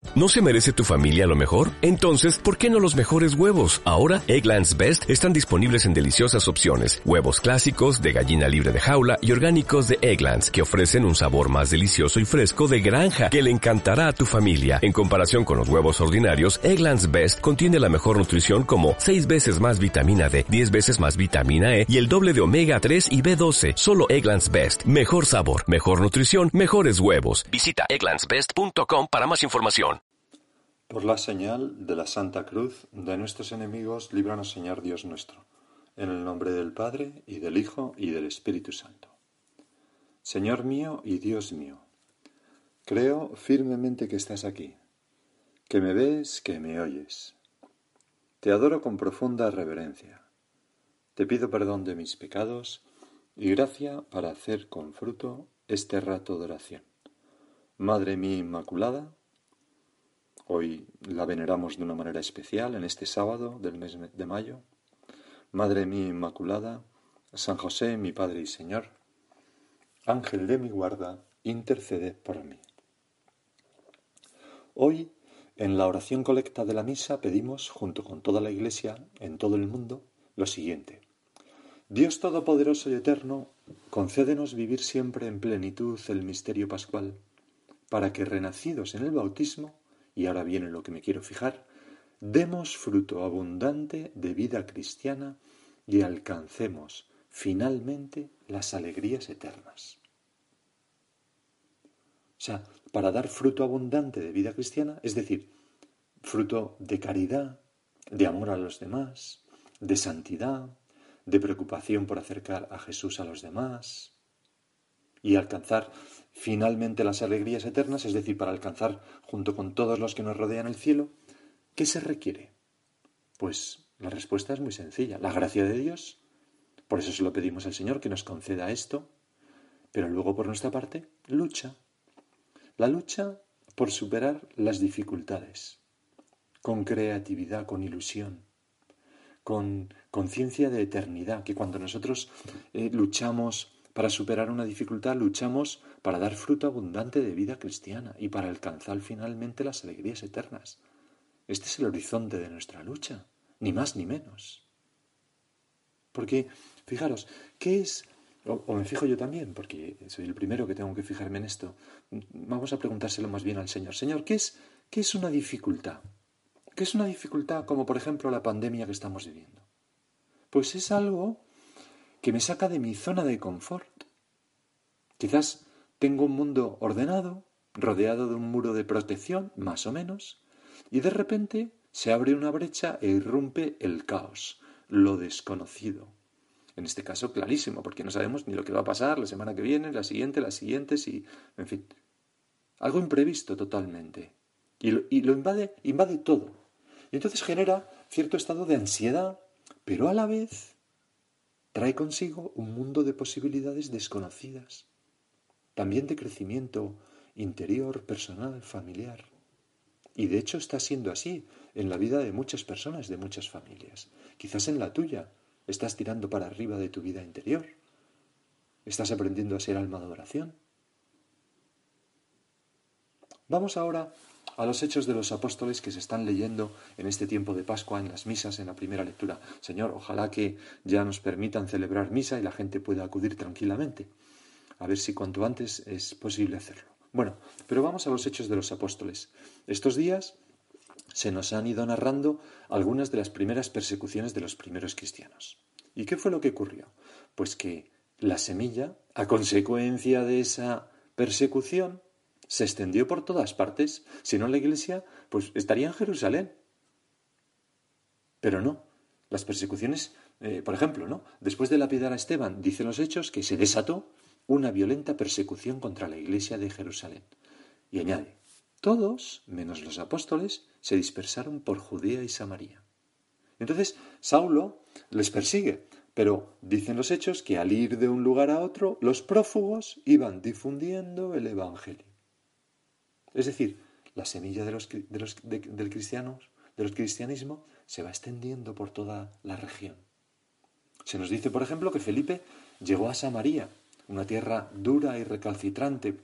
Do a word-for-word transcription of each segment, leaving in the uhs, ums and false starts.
¿No se merece tu familia lo mejor? Entonces, ¿por qué no los mejores huevos? Ahora, Eggland's Best están disponibles en deliciosas opciones. Huevos clásicos, de gallina libre de jaula y orgánicos de Eggland's, que ofrecen un sabor más delicioso y fresco de granja que le encantará a tu familia. En comparación con los huevos ordinarios, Eggland's Best contiene la mejor nutrición como seis veces más vitamina D, diez veces más vitamina E y el doble de omega tres y B doce. Solo Eggland's Best. Mejor sabor, mejor nutrición, mejores huevos. Visita egglands best punto com para más información. Por la señal de la Santa Cruz de nuestros enemigos, líbranos, Señor Dios nuestro, en el nombre del Padre, y del Hijo, y del Espíritu Santo. Señor mío y Dios mío, creo firmemente que estás aquí, que me ves, que me oyes. Te adoro con profunda reverencia. Te pido perdón de mis pecados y gracia para hacer con fruto este rato de oración. Madre mía Inmaculada, hoy la veneramos de una manera especial en este sábado del mes de mayo. Madre mía Inmaculada, San José, mi Padre y Señor, Ángel de mi guarda, interceded por mí. Hoy, en la oración colecta de la misa, pedimos, junto con toda la Iglesia en todo el mundo, lo siguiente. Dios Todopoderoso y Eterno, concédenos vivir siempre en plenitud el misterio pascual, para que, renacidos en el bautismo, y ahora viene lo que me quiero fijar, demos fruto abundante de vida cristiana y alcancemos finalmente las alegrías eternas. O sea, para dar fruto abundante de vida cristiana, es decir, fruto de caridad, de amor a los demás, de santidad, de preocupación por acercar a Jesús a los demás y alcanzar finalmente las alegrías eternas, es decir, para alcanzar junto con todos los que nos rodean el cielo, ¿qué se requiere? Pues la respuesta es muy sencilla, la gracia de Dios. Por eso se lo pedimos al Señor que nos conceda esto, pero luego por nuestra parte, lucha. La lucha por superar las dificultades, con creatividad, con ilusión, con conciencia de eternidad, que cuando nosotros eh, luchamos para superar una dificultad, luchamos para dar fruto abundante de vida cristiana y para alcanzar finalmente las alegrías eternas. Este es el horizonte de nuestra lucha, ni más ni menos. Porque, fijaros, ¿qué es? O, o me fijo yo también, porque soy el primero que tengo que fijarme en esto. Vamos a preguntárselo más bien al Señor. Señor, ¿qué es, qué es una dificultad? ¿Qué es una dificultad como, por ejemplo, la pandemia que estamos viviendo? Pues es algo que me saca de mi zona de confort. Quizás tengo un mundo ordenado, rodeado de un muro de protección, más o menos, y de repente se abre una brecha e irrumpe el caos, lo desconocido. En este caso, clarísimo, porque no sabemos ni lo que va a pasar la semana que viene, la siguiente, las siguientes, y, en fin, algo imprevisto totalmente. Y lo, y lo invade, invade todo. Y entonces genera cierto estado de ansiedad, pero a la vez trae consigo un mundo de posibilidades desconocidas, también de crecimiento interior, personal, familiar. Y de hecho está siendo así en la vida de muchas personas, de muchas familias. Quizás en la tuya estás tirando para arriba de tu vida interior. Estás aprendiendo a ser alma de oración. Vamos ahora a los Hechos de los Apóstoles que se están leyendo en este tiempo de Pascua, en las misas, en la primera lectura. Señor, ojalá que ya nos permitan celebrar misa y la gente pueda acudir tranquilamente. A ver si cuanto antes es posible hacerlo. Bueno, pero vamos a los Hechos de los Apóstoles. Estos días se nos han ido narrando algunas de las primeras persecuciones de los primeros cristianos. ¿Y qué fue lo que ocurrió? Pues que la semilla, a consecuencia de esa persecución, se extendió por todas partes. Si no, la Iglesia pues estaría en Jerusalén. Pero no. Las persecuciones, eh, por ejemplo, ¿no? Después de lapidar a Esteban, dicen los Hechos que se desató una violenta persecución contra la Iglesia de Jerusalén. Y añade, todos, menos los apóstoles, se dispersaron por Judea y Samaria. Entonces, Saulo les persigue, pero dicen los Hechos que al ir de un lugar a otro, los prófugos iban difundiendo el Evangelio. Es decir, la semilla de los, de los, de, del, cristianos, de los cristianismo se va extendiendo por toda la región. Se nos dice, por ejemplo, que Felipe llegó a Samaria, una tierra dura y recalcitrante,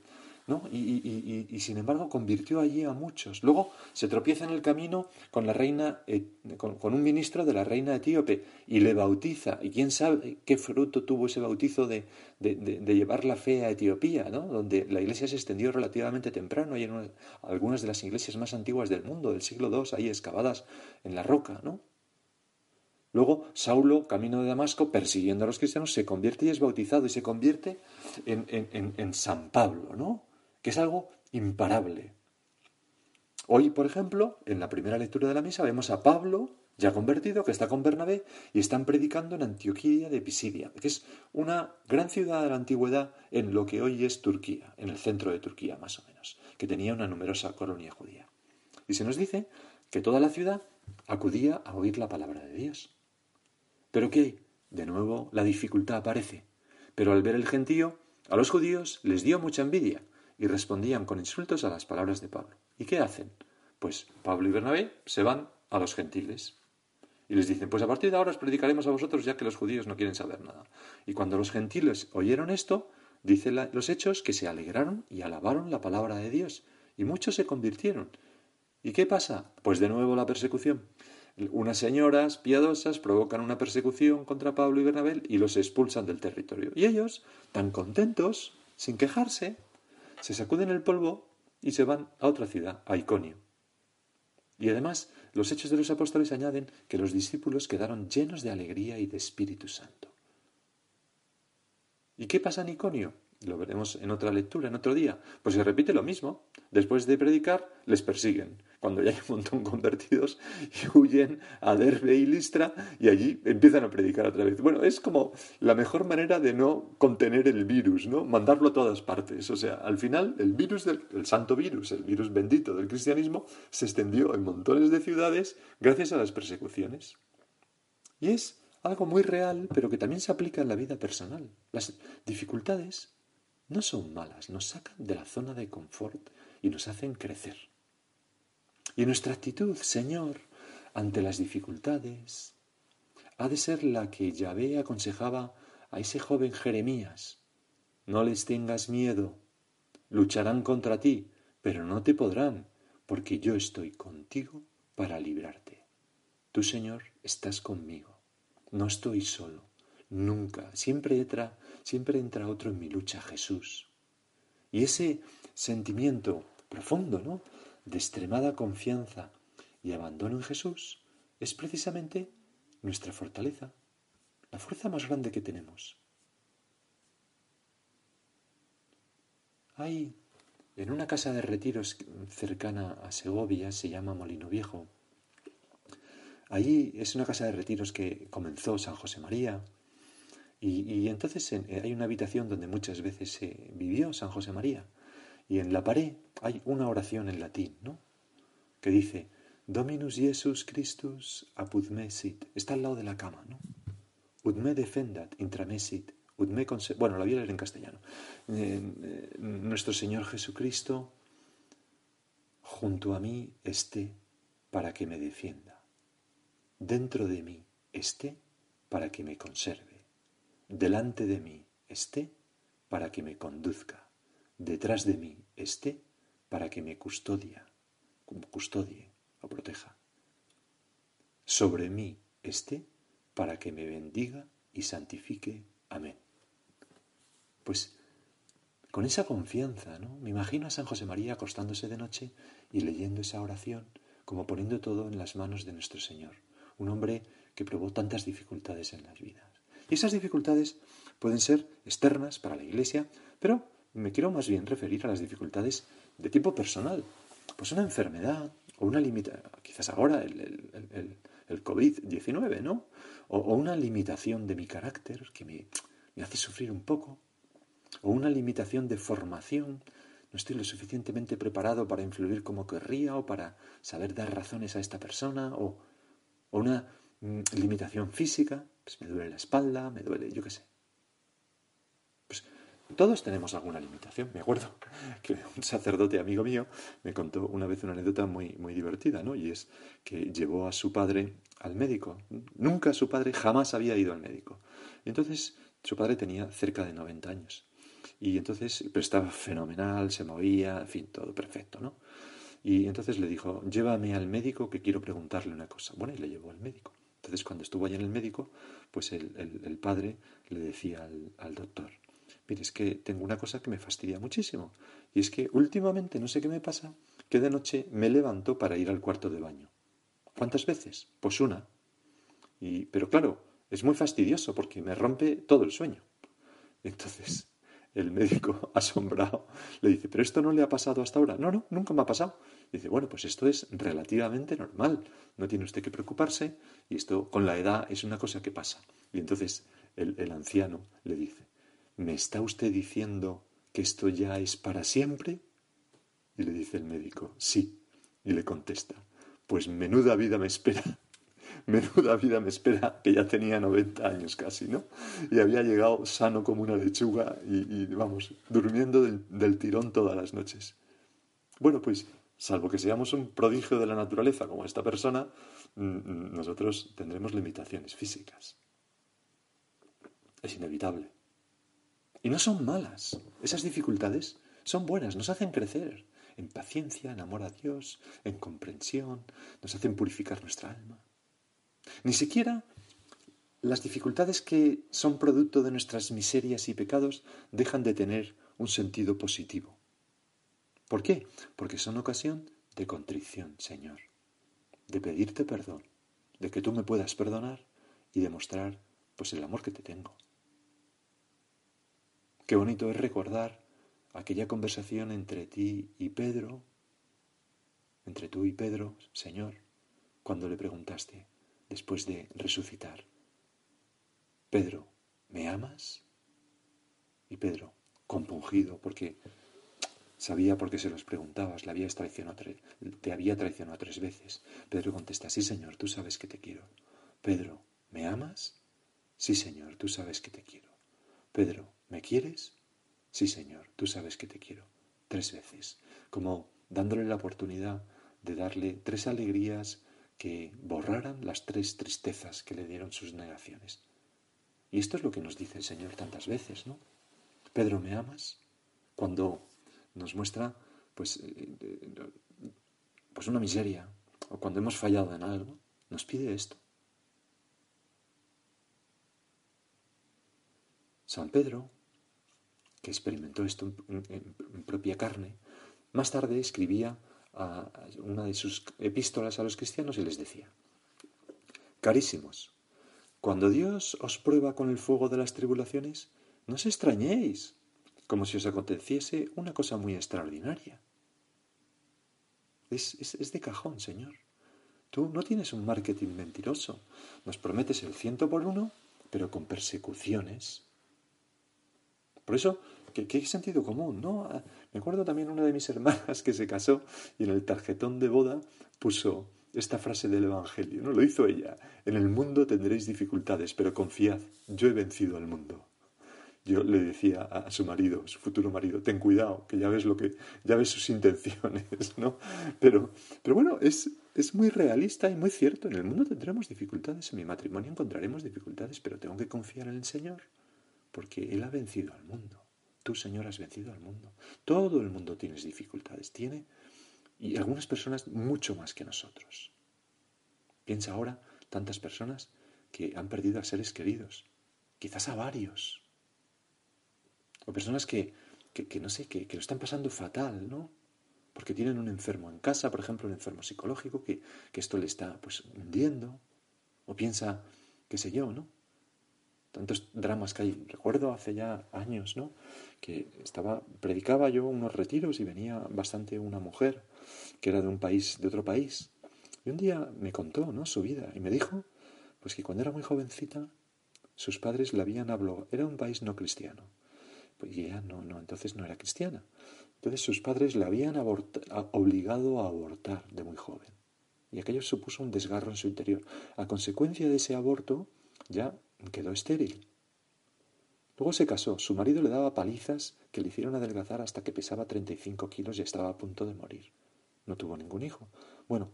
¿no? Y, y, y, y sin embargo convirtió allí a muchos. Luego se tropieza en el camino con la reina, eh, con, con un ministro de la reina etíope y le bautiza. Y quién sabe qué fruto tuvo ese bautizo de, de, de, de llevar la fe a Etiopía, ¿no? Donde la iglesia se extendió relativamente temprano y en una, algunas de las iglesias más antiguas del mundo, del siglo segundo, ahí excavadas en la roca, ¿no? Luego, Saulo, camino de Damasco, persiguiendo a los cristianos, se convierte y es bautizado y se convierte en, en, en, en San Pablo, ¿no? Que es algo imparable. Hoy, por ejemplo, en la primera lectura de la misa vemos a Pablo, ya convertido, que está con Bernabé y están predicando en Antioquía de Pisidia, que es una gran ciudad de la antigüedad en lo que hoy es Turquía, en el centro de Turquía más o menos, que tenía una numerosa colonia judía. Y se nos dice que toda la ciudad acudía a oír la palabra de Dios. ¿Pero qué? De nuevo la dificultad aparece. Pero al ver el gentío, a los judíos les dio mucha envidia y respondían con insultos a las palabras de Pablo. ¿Y qué hacen? Pues Pablo y Bernabé se van a los gentiles y les dicen, pues a partir de ahora os predicaremos a vosotros ya que los judíos no quieren saber nada. Y cuando los gentiles oyeron esto, dice la, los Hechos que se alegraron y alabaron la palabra de Dios y muchos se convirtieron. ¿Y qué pasa? Pues de nuevo la persecución. Unas señoras piadosas provocan una persecución contra Pablo y Bernabé y los expulsan del territorio. Y ellos, tan contentos, sin quejarse, se sacuden el polvo y se van a otra ciudad, a Iconio. Y además, los Hechos de los Apóstoles añaden que los discípulos quedaron llenos de alegría y de Espíritu Santo. ¿Y qué pasa en Iconio? Lo veremos en otra lectura, en otro día. Pues se repite lo mismo. Después de predicar, les persiguen. Cuando ya hay un montón convertidos y huyen a Derbe y Listra y allí empiezan a predicar otra vez. Bueno, es como la mejor manera de no contener el virus, ¿no? Mandarlo a todas partes. O sea, al final el virus, del, el santo virus, el virus bendito del cristianismo, se extendió en montones de ciudades gracias a las persecuciones. Y es algo muy real, pero que también se aplica en la vida personal. Las dificultades no son malas, nos sacan de la zona de confort y nos hacen crecer. Y nuestra actitud, Señor, ante las dificultades, ha de ser la que Yahvé aconsejaba a ese joven Jeremías. No les tengas miedo, lucharán contra ti, pero no te podrán, porque yo estoy contigo para librarte. Tú, Señor, estás conmigo, no estoy solo, nunca, siempre entra, siempre entra otro en mi lucha, Jesús. Y ese sentimiento profundo, ¿no?, de extremada confianza y abandono en Jesús es precisamente nuestra fortaleza, la fuerza más grande que tenemos. Hay en una casa de retiros cercana a Segovia, se llama Molino Viejo. Allí es una casa de retiros que comenzó San José María y, y entonces en, hay una habitación donde muchas veces se vivió San José María. Y en la pared hay una oración en latín, ¿no?, que dice, Dominus Iesus Christus apud me sit. Está al lado de la cama, ¿no? Ut me defendat intra me sit. Ut me conse... Bueno, la voy a leer en castellano. Eh, eh, Nuestro Señor Jesucristo junto a mí esté para que me defienda. Dentro de mí esté para que me conserve. Delante de mí esté para que me conduzca. Detrás de mí esté para que me custodia, custodie o proteja. Sobre mí esté para que me bendiga y santifique. Amén. Pues con esa confianza, ¿no?, me imagino a San José María acostándose de noche y leyendo esa oración, como poniendo todo en las manos de nuestro Señor. Un hombre que probó tantas dificultades en las vidas. Y esas dificultades pueden ser externas para la Iglesia, pero me quiero más bien referir a las dificultades de tipo personal. Pues una enfermedad o una limitación, quizás ahora el, el, el, el covid diecinueve, ¿no? O, o una limitación de mi carácter que me, me hace sufrir un poco. O una limitación de formación. No estoy lo suficientemente preparado para influir como querría o para saber dar razones a esta persona. O, o una mm, limitación física. Pues me duele la espalda, me duele, yo qué sé. Pues todos tenemos alguna limitación. Me acuerdo que un sacerdote amigo mío me contó una vez una anécdota muy, muy divertida, ¿no? Y es que llevó a su padre al médico. Nunca su padre jamás había ido al médico. Y entonces su padre tenía cerca de noventa años. Y entonces, pero estaba fenomenal, se movía, en fin, todo perfecto, ¿no? Y entonces le dijo, llévame al médico que quiero preguntarle una cosa. Bueno, y le llevó al médico. Entonces, cuando estuvo allí en el médico, pues el, el, el padre le decía al, al doctor, mire, es que tengo una cosa que me fastidia muchísimo. Y es que últimamente, no sé qué me pasa, que de noche me levanto para ir al cuarto de baño. ¿Cuántas veces? Pues una. Y, pero claro, es muy fastidioso porque me rompe todo el sueño. Entonces, el médico, asombrado, le dice, ¿pero esto no le ha pasado hasta ahora? No, no, nunca me ha pasado. Dice, bueno, pues esto es relativamente normal, no tiene usted que preocuparse y esto con la edad es una cosa que pasa. Y entonces el, el anciano le dice, ¿me está usted diciendo que esto ya es para siempre? Y le dice el médico, sí. Y le contesta, pues menuda vida me espera. Menuda vida me espera, que ya tenía noventa años casi, ¿no? Y había llegado sano como una lechuga y, y vamos, durmiendo del, del tirón todas las noches. Bueno, pues, salvo que seamos un prodigio de la naturaleza como esta persona, nosotros tendremos limitaciones físicas. Es inevitable. Y no son malas. Esas dificultades son buenas, nos hacen crecer en paciencia, en amor a Dios, en comprensión, nos hacen purificar nuestra alma. Ni siquiera las dificultades que son producto de nuestras miserias y pecados dejan de tener un sentido positivo. ¿Por qué? Porque son ocasión de contrición, Señor, de pedirte perdón, de que tú me puedas perdonar y demostrar, pues, el amor que te tengo. Qué bonito es recordar aquella conversación entre ti y Pedro, entre tú y Pedro, Señor, cuando le preguntaste, después de resucitar, Pedro, ¿me amas? Y Pedro, compungido, porque sabía por qué se los preguntabas, le habías traicionado tres, te había traicionado tres veces. Pedro contesta, sí, Señor, tú sabes que te quiero. Pedro, ¿me amas? Sí, Señor, tú sabes que te quiero. Pedro, ¿me quieres? Sí, Señor, tú sabes que te quiero. Tres veces, como dándole la oportunidad de darle tres alegrías que borraran las tres tristezas que le dieron sus negaciones. Y esto es lo que nos dice el Señor tantas veces, ¿no? Pedro, ¿me amas? Cuando nos muestra, pues, eh, pues una miseria, o cuando hemos fallado en algo, nos pide esto. San Pedro, que experimentó esto en, en, en propia carne, más tarde escribía a una de sus epístolas a los cristianos y les decía, carísimos, cuando Dios os prueba con el fuego de las tribulaciones, no os extrañéis, como si os aconteciese una cosa muy extraordinaria. Es, es, es de cajón, Señor. Tú no tienes un marketing mentiroso. Nos prometes el ciento por uno, pero con persecuciones. Por eso, ¿qué, qué sentido común, no? Me acuerdo también una de mis hermanas que se casó y en el tarjetón de boda puso esta frase del Evangelio, ¿no? Lo hizo ella. En el mundo tendréis dificultades, pero confiad, yo he vencido al mundo. Yo le decía a su marido, su futuro marido, ten cuidado, que ya ves lo que, ya ves sus intenciones, ¿no? Pero, pero bueno, es, es muy realista y muy cierto. En el mundo tendremos dificultades, en mi matrimonio encontraremos dificultades, pero tengo que confiar en el Señor, porque Él ha vencido al mundo. Tú, Señor, has vencido al mundo. Todo el mundo tiene dificultades, tiene, y algunas personas mucho más que nosotros. Piensa ahora tantas personas que han perdido a seres queridos, quizás a varios. O personas que, que, que no sé, que, que lo están pasando fatal, ¿no? Porque tienen un enfermo en casa, por ejemplo, un enfermo psicológico, que, que esto le está, pues, hundiendo. O piensa, qué sé yo, ¿no? Tantos dramas que hay. Recuerdo hace ya años, ¿no? Que estaba, predicaba yo unos retiros y venía bastante una mujer que era de un país, de otro país. Y un día me contó, ¿no? Su vida. Y me dijo, pues que cuando era muy jovencita, sus padres la habían hablado. Era un país no cristiano. Y ella no, no, entonces no era cristiana. Entonces sus padres la habían aborta, obligado a abortar de muy joven. Y aquello supuso un desgarro en su interior. A consecuencia de ese aborto, ya quedó estéril. Luego se casó. Su marido le daba palizas que le hicieron adelgazar hasta que pesaba treinta y cinco kilos y estaba a punto de morir. No tuvo ningún hijo. Bueno,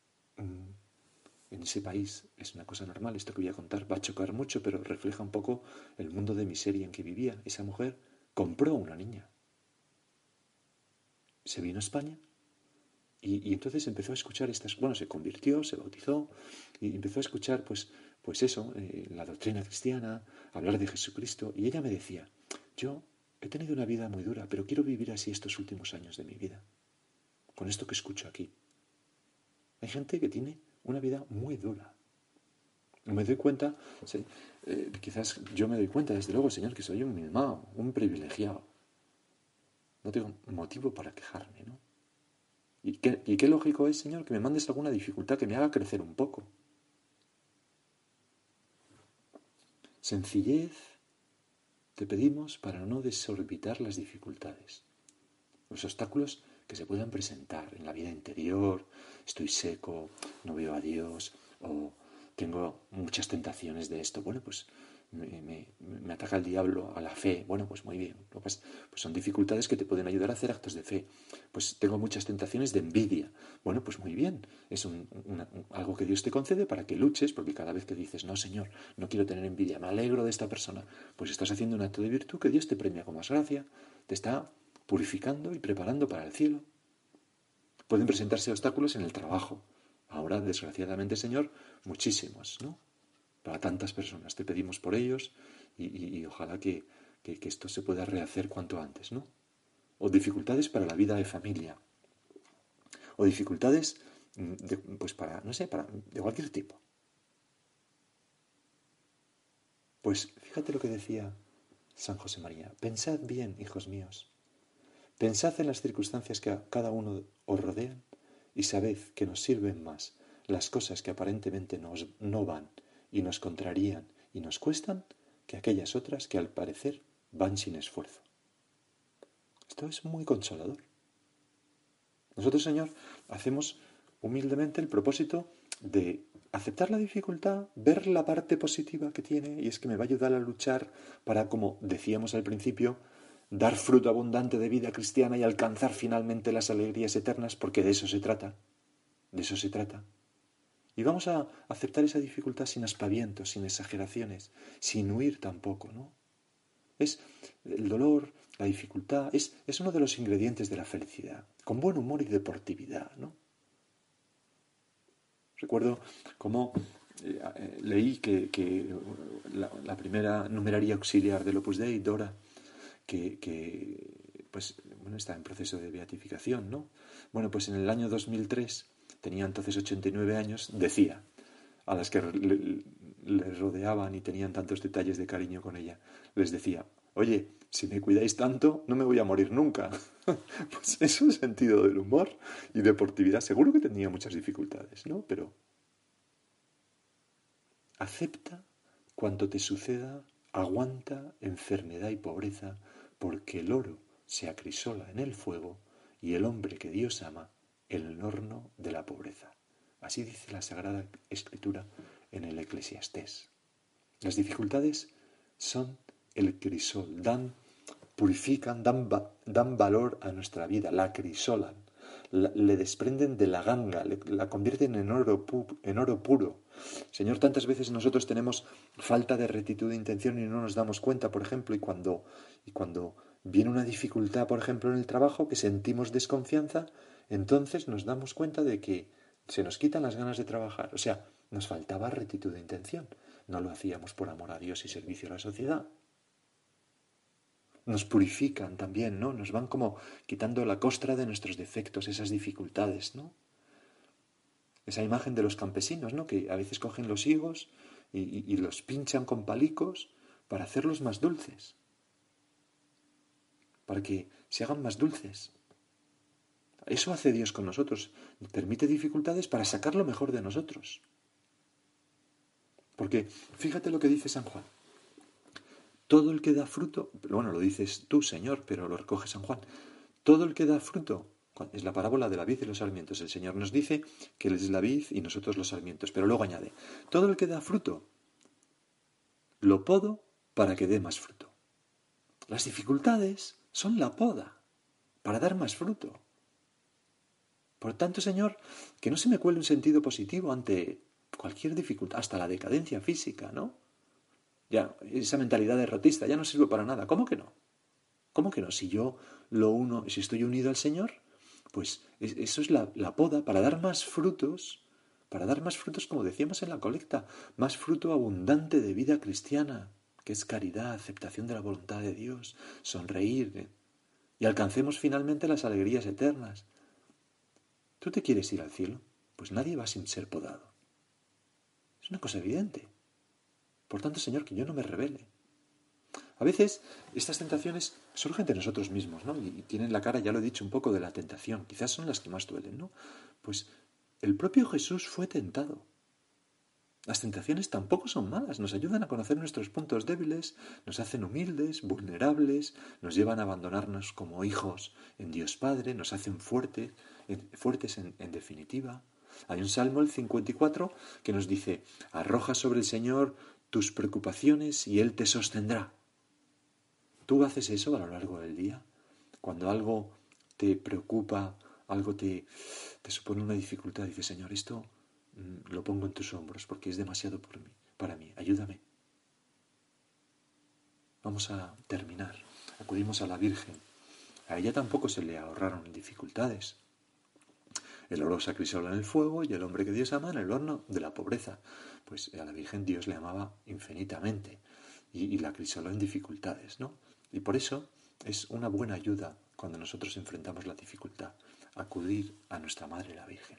en ese país es una cosa normal. Esto que voy a contar va a chocar mucho, pero refleja un poco el mundo de miseria en que vivía esa mujer. compró una niña. Se vino a España y, y entonces empezó a escuchar estas... Bueno, se convirtió, se bautizó y empezó a escuchar, pues, pues eso, eh, la doctrina cristiana, hablar de Jesucristo. Y ella me decía, yo he tenido una vida muy dura, pero quiero vivir así estos últimos años de mi vida, con esto que escucho aquí. Hay gente que tiene una vida muy dura. Me doy cuenta, sí, eh, quizás yo me doy cuenta, desde luego, Señor, que soy un mimado, un privilegiado. No tengo motivo para quejarme, ¿no? ¿Y qué, y qué lógico es, Señor, que me mandes alguna dificultad que me haga crecer un poco? Sencillez te pedimos para no desorbitar las dificultades, los obstáculos que se puedan presentar en la vida interior. Estoy seco, no veo a Dios, o tengo muchas tentaciones de esto. Bueno, pues me, me, me ataca el diablo a la fe. Bueno, pues muy bien. Pues, pues son dificultades que te pueden ayudar a hacer actos de fe. Pues tengo muchas tentaciones de envidia. Bueno, pues muy bien. Es un, una, un, algo que Dios te concede para que luches, porque cada vez que dices, no, Señor, no quiero tener envidia, me alegro de esta persona, pues estás haciendo un acto de virtud que Dios te premia con más gracia, te está purificando y preparando para el cielo. Pueden presentarse obstáculos en el trabajo. Ahora, desgraciadamente, Señor, muchísimos, ¿no? Para tantas personas. Te pedimos por ellos y, y, y ojalá que, que, que esto se pueda rehacer cuanto antes, ¿no? O dificultades para la vida de familia. O dificultades, de, pues para, no sé, para, de cualquier tipo. Pues fíjate lo que decía San José María. Pensad bien, hijos míos. Pensad en las circunstancias que a cada uno os rodean y sabed que nos sirven más las cosas que aparentemente nos, no van y nos contrarían y nos cuestan que aquellas otras que al parecer van sin esfuerzo. Esto es muy consolador. Nosotros, Señor, hacemos humildemente el propósito de aceptar la dificultad, ver la parte positiva que tiene, y es que me va a ayudar a luchar para, como decíamos al principio, dar fruto abundante de vida cristiana y alcanzar finalmente las alegrías eternas, porque de eso se trata, de eso se trata. Y vamos a aceptar esa dificultad sin aspavientos, sin exageraciones, sin huir tampoco, ¿no? Es el dolor, la dificultad, es, es uno de los ingredientes de la felicidad, con buen humor y deportividad, ¿no? Recuerdo cómo eh, eh, leí que, que la, la primera numeraria auxiliar del Opus Dei, Dora, que, que pues, bueno, está en proceso de beatificación, ¿no? Bueno, pues en el año dos mil tres, tenía entonces ochenta y nueve años, decía, a las que le, le rodeaban y tenían tantos detalles de cariño con ella, les decía, oye, si me cuidáis tanto, no me voy a morir nunca. Pues es un sentido del humor y deportividad. Seguro que tenía muchas dificultades, ¿no? Pero acepta cuanto te suceda, aguanta enfermedad y pobreza, porque el oro se acrisola en el fuego y el hombre que Dios ama en el horno de la pobreza. Así dice la Sagrada Escritura en el Eclesiastés. Las dificultades son el crisol, dan, purifican, dan, dan valor a nuestra vida, la acrisolan, la, le desprenden de la ganga, le, la convierten en oro, pu, en oro puro. Señor, tantas veces nosotros tenemos falta de rectitud de intención y no nos damos cuenta, por ejemplo, y cuando, y cuando viene una dificultad, por ejemplo, en el trabajo, que sentimos desconfianza, entonces nos damos cuenta de que se nos quitan las ganas de trabajar. O sea, nos faltaba rectitud de intención. No lo hacíamos por amor a Dios y servicio a la sociedad. Nos purifican también, ¿no? Nos van como quitando la costra de nuestros defectos, esas dificultades, ¿no? Esa imagen de los campesinos, ¿no? Que a veces cogen los higos y, y, y los pinchan con palicos para hacerlos más dulces, para que se hagan más dulces. Eso hace Dios con nosotros. Nos permite dificultades para sacar lo mejor de nosotros. Porque fíjate lo que dice San Juan. Todo el que da fruto, bueno, lo dices tú, Señor, pero lo recoge San Juan. Todo el que da fruto, es la parábola de la vid y los sarmientos. El Señor nos dice que Él es la vid y nosotros los sarmientos, pero luego añade, todo el que da fruto, lo podo para que dé más fruto. Las dificultades son la poda para dar más fruto. Por tanto, Señor, que no se me cuele un sentido positivo ante cualquier dificultad, hasta la decadencia física, ¿no? Ya, esa mentalidad derrotista ya no sirve para nada. ¿Cómo que no? ¿Cómo que no? Si yo lo uno, si estoy unido al Señor, pues eso es la, la poda para dar más frutos, para dar más frutos, como decíamos en la colecta, más fruto abundante de vida cristiana, que es caridad, aceptación de la voluntad de Dios, sonreír, ¿eh? Y alcancemos finalmente las alegrías eternas. ¿Tú te quieres ir al cielo? Pues nadie va sin ser podado. Es una cosa evidente. Por tanto, Señor, que yo no me rebele. A veces estas tentaciones surgen de nosotros mismos, ¿no? Y tienen la cara, ya lo he dicho, un poco de la tentación. Quizás son las que más duelen, ¿no? Pues el propio Jesús fue tentado. Las tentaciones tampoco son malas, nos ayudan a conocer nuestros puntos débiles, nos hacen humildes, vulnerables, nos llevan a abandonarnos como hijos en Dios Padre, nos hacen fuertes, fuertes en, en definitiva. Hay un Salmo, el cincuenta y cuatro, que nos dice: arroja sobre el Señor tus preocupaciones y Él te sostendrá. ¿Tú haces eso a lo largo del día? Cuando algo te preocupa, algo te, te supone una dificultad, dices: Señor, esto mmm, lo pongo en tus hombros porque es demasiado por mí, para mí, ayúdame. Vamos a terminar. Acudimos a la Virgen. A ella tampoco se le ahorraron dificultades. El oro se acrisoló en el fuego y el hombre que Dios ama en el horno de la pobreza. Pues a la Virgen Dios le amaba infinitamente y, y la acrisoló en dificultades, ¿no? Y por eso es una buena ayuda cuando nosotros enfrentamos la dificultad, acudir a nuestra Madre la Virgen.